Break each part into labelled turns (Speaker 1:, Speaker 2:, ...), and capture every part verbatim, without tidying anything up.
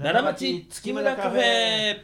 Speaker 1: 奈良町月村カフェ。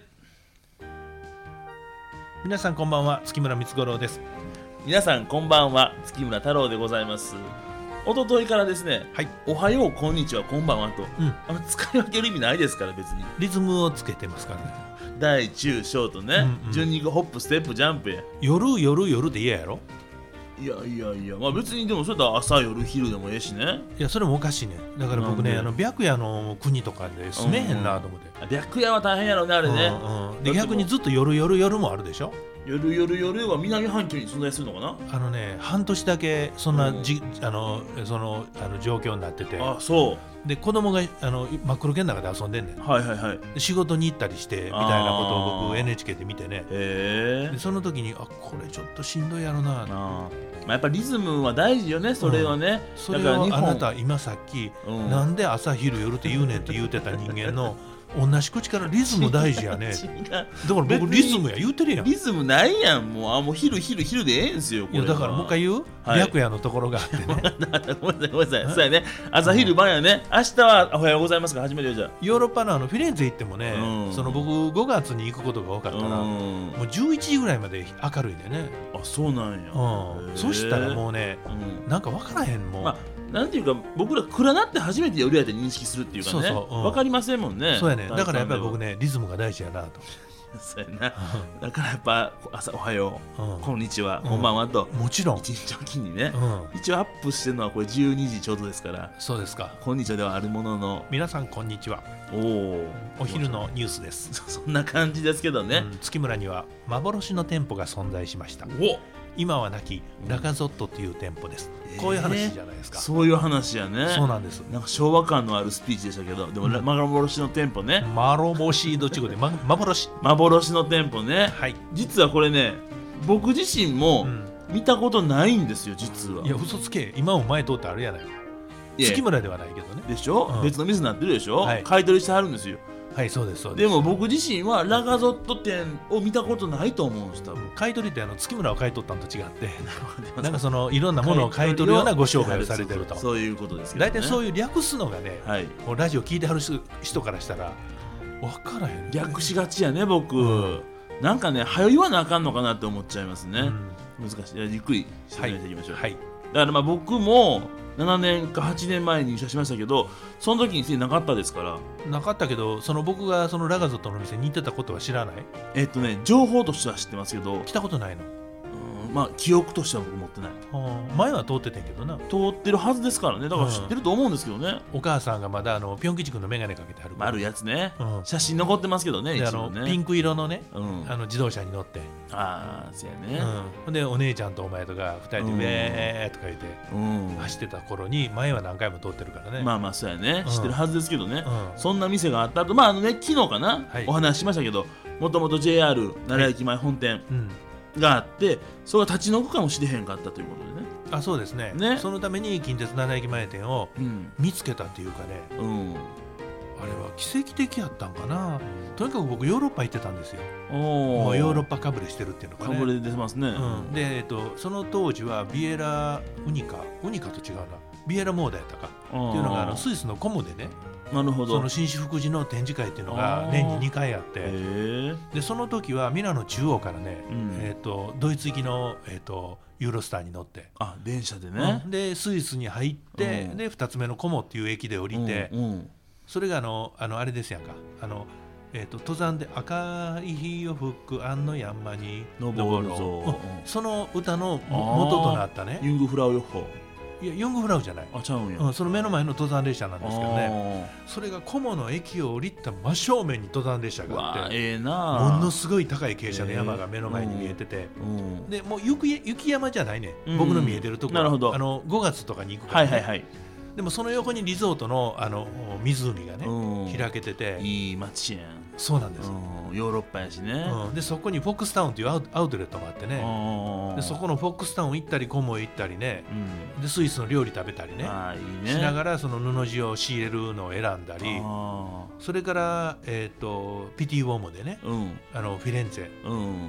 Speaker 2: 皆さんこんばんは、月村光五郎です。
Speaker 1: 皆さんこんばんは、月村太郎でございます。一昨日からですね、はい、おはよう、こんにちは、こんばんはと、うん、あの使い分ける意味ないですから。別に
Speaker 2: リズムをつけてますからね。
Speaker 1: 大中小とね、うんうん、順にホップステップジャンプや。
Speaker 2: 夜夜夜で嫌やろ。
Speaker 1: いやいやいや、まあ別にでもそれだったら朝夜昼でもええしね。
Speaker 2: いやそれもおかしいね。だから僕ね、あの白夜の国とかで住めへんなと思って、
Speaker 1: うんうん、白夜は大変やろね、あれね、
Speaker 2: うんうん、で逆にずっと夜夜夜もあるでしょ。
Speaker 1: 夜夜夜は南半球に存在するのかな。
Speaker 2: あのね、半年だけそんなじ、うん、あのそのあの状況になってて。
Speaker 1: あ、そう
Speaker 2: で子供があの真っ黒けの中で遊んでんねん。はいはいはい。で仕事に行ったりしてみたいなことを僕 エヌエイチケー で見てね。へでその時にあこれちょっとしんどいやろな。あ、
Speaker 1: まあ、やっぱリズムは大事よね、それはね、
Speaker 2: うん、それをあなた今さっき、うん、なんで朝昼夜って言うねんって言うてた人間の同じ口からリズム大事やね。だから僕リズムや言うてるやん。
Speaker 1: リズムないやん。もうあもう昼昼昼でええんすよこれ。
Speaker 2: いやだからもう一回言う、はい、白夜のところがあってね。
Speaker 1: ごめんなさいごめんなさい。そうやね、朝昼晩やね。明日はおはようございますが初めてじゃあ
Speaker 2: ヨーロッパのあのフィレンツェ行ってもね、うん、その僕ごがつに行くことが多かったら、うん、もうじゅういちじぐらいまで明るいんだよね。
Speaker 1: あ、そうなんや、
Speaker 2: うん、そしたらもうね、うん、なんか分からへんもん、まあ
Speaker 1: なんていうか僕ら暗なって初めて夜やって認識するっていうかね。そうそう、うん、分かりませんもんね。
Speaker 2: そうやね。だからやっぱり僕ねリズムが大事やなと。
Speaker 1: そうやな。だからやっぱ朝おはよう、うん、こんにちは、うん、こんばんはと、
Speaker 2: もちろん
Speaker 1: 一日おきにね、うん、一応アップしてるのはこれじゅうにじちょうどですから。
Speaker 2: そうですか。
Speaker 1: こんにちはではあるものの、
Speaker 2: 皆さんこんにちは。お
Speaker 1: お、
Speaker 2: お昼のニュースです。
Speaker 1: そんな感じですけどね、
Speaker 2: うん、月村には幻の店舗が存在しました。
Speaker 1: お
Speaker 2: 今はなきラカゾットという店舗です、うん、こういう話じゃないですか、えー、
Speaker 1: そういう話やね。
Speaker 2: そうなんです。
Speaker 1: なんか昭和感のあるスピーチでしたけど、でも、うん、幻の店舗ね。
Speaker 2: 幻どっち語で、ま、幻
Speaker 1: 幻の店舗ね、
Speaker 2: はい、
Speaker 1: 実はこれね僕自身も見たことないんですよ実は。
Speaker 2: いや嘘つけ、今も前通ってあるやないか。月村ではないけどね。
Speaker 1: でしょ、うん、別の店になってるでしょ、
Speaker 2: はい、
Speaker 1: 買い取りしてはるんですよ。
Speaker 2: はい、そうですそうです。
Speaker 1: でも僕自身はラカゾット店を見たことないと思うんです。多分
Speaker 2: 買い取りってあの月村を買い取ったのと違ってなんかそのいろんなものを買い取るようなご商売をされてると。
Speaker 1: そういうことですけどね。
Speaker 2: 大体そういう略すのがね、はい、もうラジオ聞いてはる人からしたら分からへん、ね、
Speaker 1: 略しがちやね僕、うん、なんかね早言わなあかんのかなって思っちゃいますね、うん、難しい。ゆっくり説明していきましょう、はいはい、だからまあ僕もななねんかはちねんまえに入社しましたけど、その時になかったですから。
Speaker 2: なかったけど、その僕がそのラガゾットの店に行ってたことは知らない？
Speaker 1: えっとね情報としては知ってますけど
Speaker 2: 来たことないの？
Speaker 1: うん、まあ記憶としては僕持ってない。
Speaker 2: はあ、前は通ってたんやけどな。
Speaker 1: 通ってるはずですからね。だから知ってると思うんですけどね、
Speaker 2: うん、お母さんがまだあのピョン吉君の眼鏡かけてある
Speaker 1: あるやつね、うん、写真残ってますけどね。
Speaker 2: 一応ね、あのピンク色のね、うん、あの自動車に乗って、
Speaker 1: ああそうやね、
Speaker 2: うん、でお姉ちゃんとお前とかふたりでウェーとか言って、うん、走ってた頃に前は何回も通ってるからね。
Speaker 1: まあまあそうやね、知ってるはずですけどね、うん、そんな店があったと。まああのね昨日かな、はい、お話ししましたけど、もともと ジェイアール 奈良駅前本店、はい、うんがあって、それが立ち退くかもしれへんかったということでね。
Speaker 2: あ、そうですね。ね、そのために近鉄奈良駅前店を見つけたっていうかね、うん、あれは奇跡的やったんかな、うん、とにかく僕ヨーロッパ行ってたんですよ。もうヨーロッパかぶれしてるっていうのかね。
Speaker 1: かぶれ出てますね、
Speaker 2: うん、で、えっと、その当時はビエラウニカウニカと違うなビエラモーダやったかっていうのがあのスイスのコムでね、
Speaker 1: なるほど、
Speaker 2: その紳士服事の展示会っていうのが年ににかいあって、でその時はミラノ中央からね、うん、えー、とドイツ行きの、えー、とユーロスターに乗って、
Speaker 1: あ電車でね、
Speaker 2: うん、でスイスに入って、うん、でふたつめのコモっていう駅で降りて、うんうん、それがあのあのあれですやんか、あの、えー、と登山で赤い日を吹くあの山に登ろう、うん、その歌の元となったね
Speaker 1: ユングフラウヨッホ。
Speaker 2: いやユングフラウじゃない、
Speaker 1: あちゃうんや、
Speaker 2: うん、その目の前の登山列車なんですけどね、それがコモの駅を降りた真正面に登山列車があって、
Speaker 1: ええな、
Speaker 2: ものすごい高い傾斜の山が目の前に見えてて、うん、でもう 雪, 雪山じゃないね、うん、僕の見えてるところ、
Speaker 1: なるほど、
Speaker 2: あのごがつとかに行くから、ね、
Speaker 1: はいはいはい、
Speaker 2: でもその横にリゾート の, あの湖がね、うん、開けてて
Speaker 1: いい街やん。
Speaker 2: そうなんです、
Speaker 1: うん、ヨーロッパやしね、
Speaker 2: うん、でそこにフォックスタウンっていうアウトレットがあってね、でそこのフォックスタウン行ったりコモ行ったりね、うん、でスイスの料理食べたり ね, あいいねしながらその布地を仕入れるのを選んだり、それから、えー、とピティウォーモでね、うん、あのフィレンツェ、うん、まあ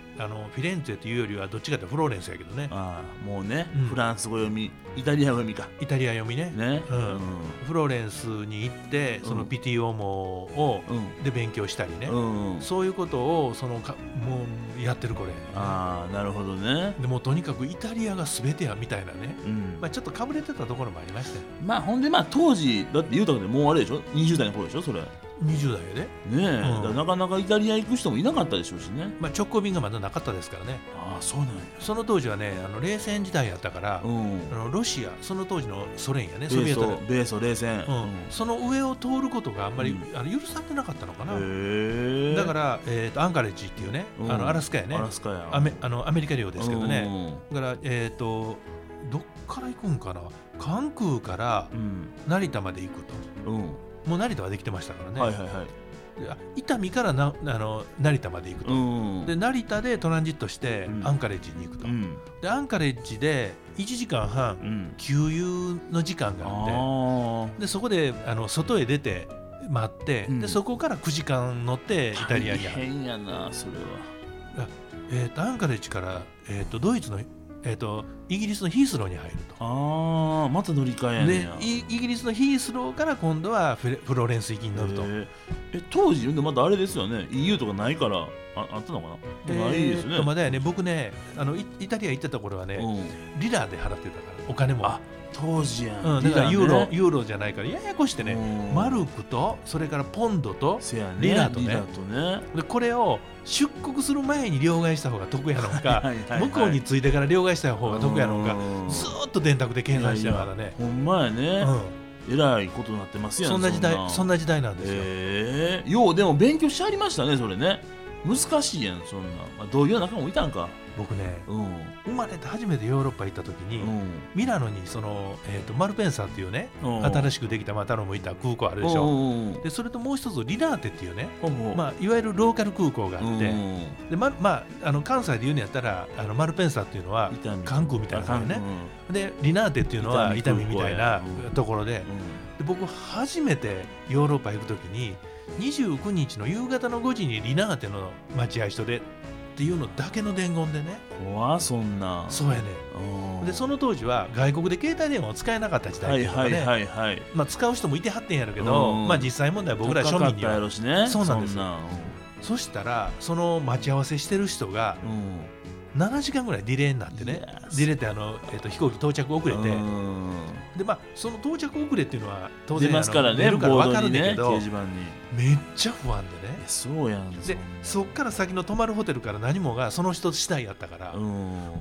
Speaker 2: あのフィレンツェというよりはどっちかというとフローレンスやけどね。
Speaker 1: あもうね、
Speaker 2: うん、
Speaker 1: フランス語読みイタリア語読みか
Speaker 2: イタリア読みね、
Speaker 1: ね、
Speaker 2: うんうん、フローレンスに行ってそのピティオモを、うん、で勉強したりね、うんうん、そういうことをそのかもうやってるこれ、ね、
Speaker 1: ああなるほどね。
Speaker 2: でもとにかくイタリアが全てやみたいなね、うんまあ、ちょっとかぶれてたところもありましたよ。
Speaker 1: まあほんでまあ当時だって言うたけでもうあれでしょにじゅう代の頃でしょそれ
Speaker 2: にじゅう代でね
Speaker 1: え、うん、なかなかイタリア行く人もいなかったでしょうしね、
Speaker 2: まあ、直行便がまだなかったですからね。
Speaker 1: ああそうなんや。
Speaker 2: その当時はねあの冷戦時代やったから、うん、あのロシアその当時のソ連やねソビエトで
Speaker 1: 米ソ冷戦、うんうん、
Speaker 2: その上を通ることがあんまり、うん、あの許されてなかったのかな。へだから、えー、とアンカレッジっていうね、うん、あのアラスカやね
Speaker 1: アラスカや
Speaker 2: アメあのアメリカ領ですけどね、うん、だから、えー、とどっから行くんかな関空から成田まで行くと、うん、もう成田はできてましたからね、はいはいはい伊丹からなあの成田まで行くと、うん、で成田でトランジットしてアンカレッジに行くと、うん、でアンカレッジでいちじかんはん、うん、給油の時間があってでそこであの外へ出て待って、うん、でそこからくじかん乗ってイタリアに。
Speaker 1: 大変やなそれは。
Speaker 2: えー、とアンカレッジから、えー、とドイツのえー、とイギリスのヒースローに入ると。
Speaker 1: ああまた乗り換えやねんや。
Speaker 2: でイギリスのヒースローから今度はフレフローレンス行きに乗ると。
Speaker 1: え当時でまだあれですよね イーユー とかないからあ, あったのかな、えー、ないですね。
Speaker 2: まだやね僕ねあの イ, イタリア行ってた頃はね、うん、リラで払ってたからお金も。あ
Speaker 1: 当時やん、
Speaker 2: うん、だからユーロ、ね、ユーロじゃないからややこしてねマルクとそれからポンドとリラと ね, リラとねでこれを出国する前に両替した方が得やのかはいはい、はい、向こうに着いてから両替した方が得やのかずーっと電卓で計算しながらね。いやいや
Speaker 1: ほんまやね、うん、えらいことになってますやん。
Speaker 2: そんな時代そんな時代なんですよ。
Speaker 1: えー、ようでも勉強してありましたねそれね。難しいやんそんな、まあ、同業仲間もいたんか。
Speaker 2: 僕ね、うん、生まれて初めてヨーロッパ行った時に、うん、ミラノにその、えー、とマルペンサっていうね、うん、新しくできたマタロもいた空港あるでしょ、うん、でそれともう一つリナーテっていうね、まあ、いわゆるローカル空港があって、でままあ、あの関西で言うんやったらあのマルペンサっていうのは関空みたいな感じね、でリナーテっていうのは伊丹みたいなところ で, で僕初めてヨーロッパ行く時ににじゅうくにちの夕方のごじにリナーテの待合所でっていうのだけの伝言でね。
Speaker 1: 怖そんな。
Speaker 2: そうやね。でその当時は外国で携帯電話を使えなかった時代っていうかね、はいはいはいはい、まあ、使う人もいてはってんやるけど、まあ、実際問題は僕ら庶民には
Speaker 1: 高かったやろしね。
Speaker 2: そうなんです。 そ, んそしたらその待ち合わせしてる人が、うん、ななじかんぐらいディレイになってね。ディレイってあの、えー、と飛行機到着遅れて、で、まあ、その到着遅れっていうのは当然
Speaker 1: 出ますからね、
Speaker 2: 出るから分かるんだけど、
Speaker 1: ね、掲示板に
Speaker 2: めっちゃ不安でね。
Speaker 1: そうやん。
Speaker 2: でそっから先の泊まるホテルから何もがその人次第やったから、うん、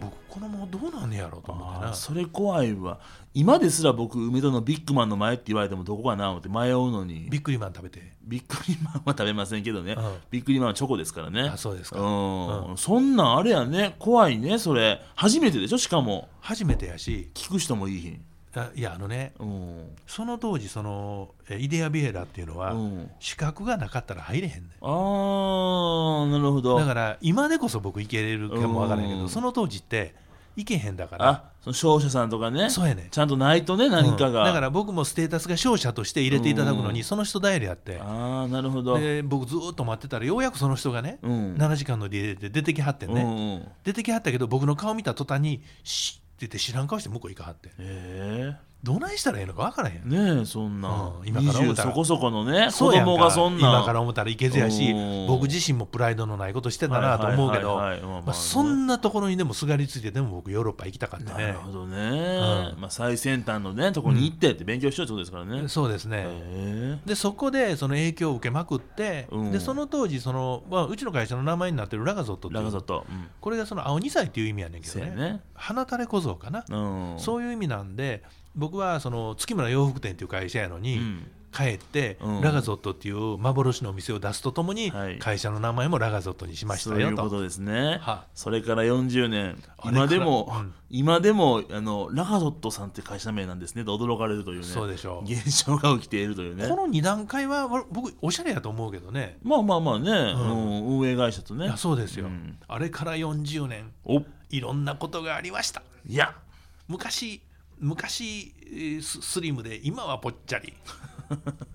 Speaker 2: 僕このままどうなんねやろうと思ってな。
Speaker 1: それ怖いわ。今ですら僕梅田のビッグマンの前って言われてもどこかな思って迷うのに。
Speaker 2: ビックリマン食べて。
Speaker 1: ビックリマンは食べませんけどね、うん、ビックリマンはチョコですからね。
Speaker 2: あそうですか、
Speaker 1: うんうん、そんなんあれやね。怖いねそれ。初めてでしょ。しかも
Speaker 2: 初めてやし
Speaker 1: 聞く人もいいひん。
Speaker 2: あいやあのね、うん、その当時そのイデアビエラっていうのは、うん、資格がなかったら入れへんねん。
Speaker 1: あーなるほど。
Speaker 2: だから今でこそ僕行けれるかもわからへんけど、うん、その当時って行けへんだから。
Speaker 1: あその商社さんとかね。
Speaker 2: そうやね。
Speaker 1: ちゃんとないとね何かが、
Speaker 2: うん、だから僕もステータスが商社として入れていただくのに、うん、その人代理やって。
Speaker 1: あなるほど。
Speaker 2: で僕ずっと待ってたらようやくその人がね、うん、ななじかんのディレイで出てきはってんね、うんうん、出てきはったけど僕の顔見た途端にシッって言って知らん顔して向こう行かはって。へーどないしたらいいのか分からへん
Speaker 1: ねえ。そんな、うん、今から思ったらそこそこのね子供がそんな
Speaker 2: 今から思ったらいけずやし、僕自身もプライドのないことしてたなと思うけど、そんなところにでもすがりついてでも僕ヨーロッパ行きたかったね。
Speaker 1: なるほどね、うんまあ、最先端のねところに行ってって勉強しようってことですからね、
Speaker 2: うん、そうですね。でそこでその影響を受けまくって、うん、でその当時その、まあ、うちの会社の名前になってるラガゾットっていうラガゾット、うん、これがその青にさいっていう意味やねんけど ね, ね花垂れ小僧かな、うん、そういう意味なんで僕はその月村洋服店っていう会社やのに、うん、帰って、うん、ラガゾットっていう幻のお店を出すとともに、はい、会社の名前もラガゾットにしましたよと。
Speaker 1: そういうことですね。それからよんじゅうねん今でも、うん、今でもあのラガゾットさんって会社名なんですねと驚かれるというね。
Speaker 2: そうでしょう。
Speaker 1: 現象が起きているというね。
Speaker 2: このに段階は僕おしゃれやと思うけどね。
Speaker 1: まあまあまあね、うんうん、運営会社とね。
Speaker 2: いやそうですよ、うん、あれからよんじゅうねんおいろんなことがありました。
Speaker 1: いや
Speaker 2: 昔昔スリムで今はぽっちゃり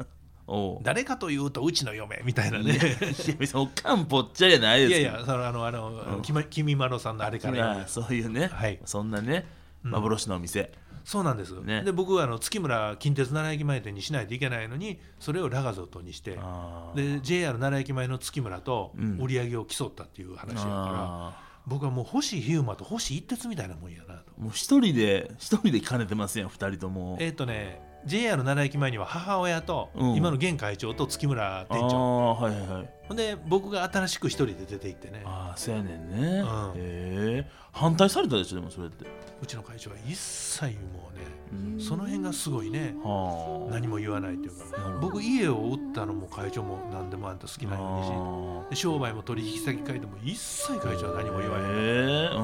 Speaker 2: お誰かというとうちの嫁みたいなね。いや
Speaker 1: 別におかんぽっちゃりじゃないですけど、
Speaker 2: いやいやそのあのあの、うん、き, ま、きみまろさんのあれから
Speaker 1: そういうね、はい、そんなね幻のお店、うん、
Speaker 2: そうなんです、ね、で僕はあの月村近鉄奈良駅前店にしないといけないのにそれをラガゾットにしてで ジェイアール 奈良駅前の月村と売り上げを競ったっていう話やから、うん、僕はもう星飛雄馬と星一徹みたいなもんやなと。
Speaker 1: もう一人で一人で兼ねてますやん二人とも。
Speaker 2: えっ、ー、とねジェイアール 奈良駅前には母親と、うん、今の現会長と月村店長、はいはいはい、ほんで僕が新しく一人で出て行ってね。
Speaker 1: ああそうやねんね、うん、へえ反対されたでしょ。でもそれって
Speaker 2: うちの会長は一切もうねその辺がすごいね、はあ、何も言わないというか僕家を売ったのも会長も何でもあんた好きなようにし商売も取引先変えても一切会長は何も言わない、うん、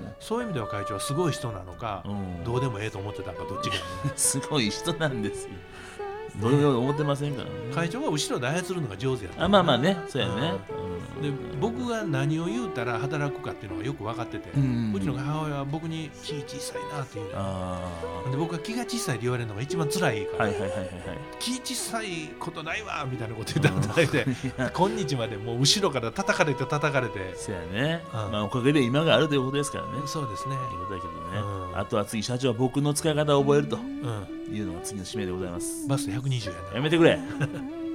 Speaker 2: そういう意味では会長はすごい人なのか、うん、どうでもええと思ってたんかどっちか、ね、
Speaker 1: すごい人なんですよ。どういう思ってませんからね。
Speaker 2: 会長は後ろで操るのが上手やった、
Speaker 1: ね、あまあまあねそうやね、
Speaker 2: うん、で僕が何を言うたら働くかっていうのがよく分かってて、うん、うちの母親は僕に気小さいなっていう、あで僕は気が小さいって言われるのが一番辛いから、はいはいはいはい、気小さいことないわみたいなこと言って働いて、うん、今日までもう後ろから叩かれて叩かれて
Speaker 1: そうやね、うんまあ、おかげで今があるということですからね。
Speaker 2: そうですねい
Speaker 1: うことだけどね、うん、あとは次社長は僕の使い方を覚えるというのが次の使命でございます。
Speaker 2: バスひゃくにじゅうやな。
Speaker 1: やめてくれ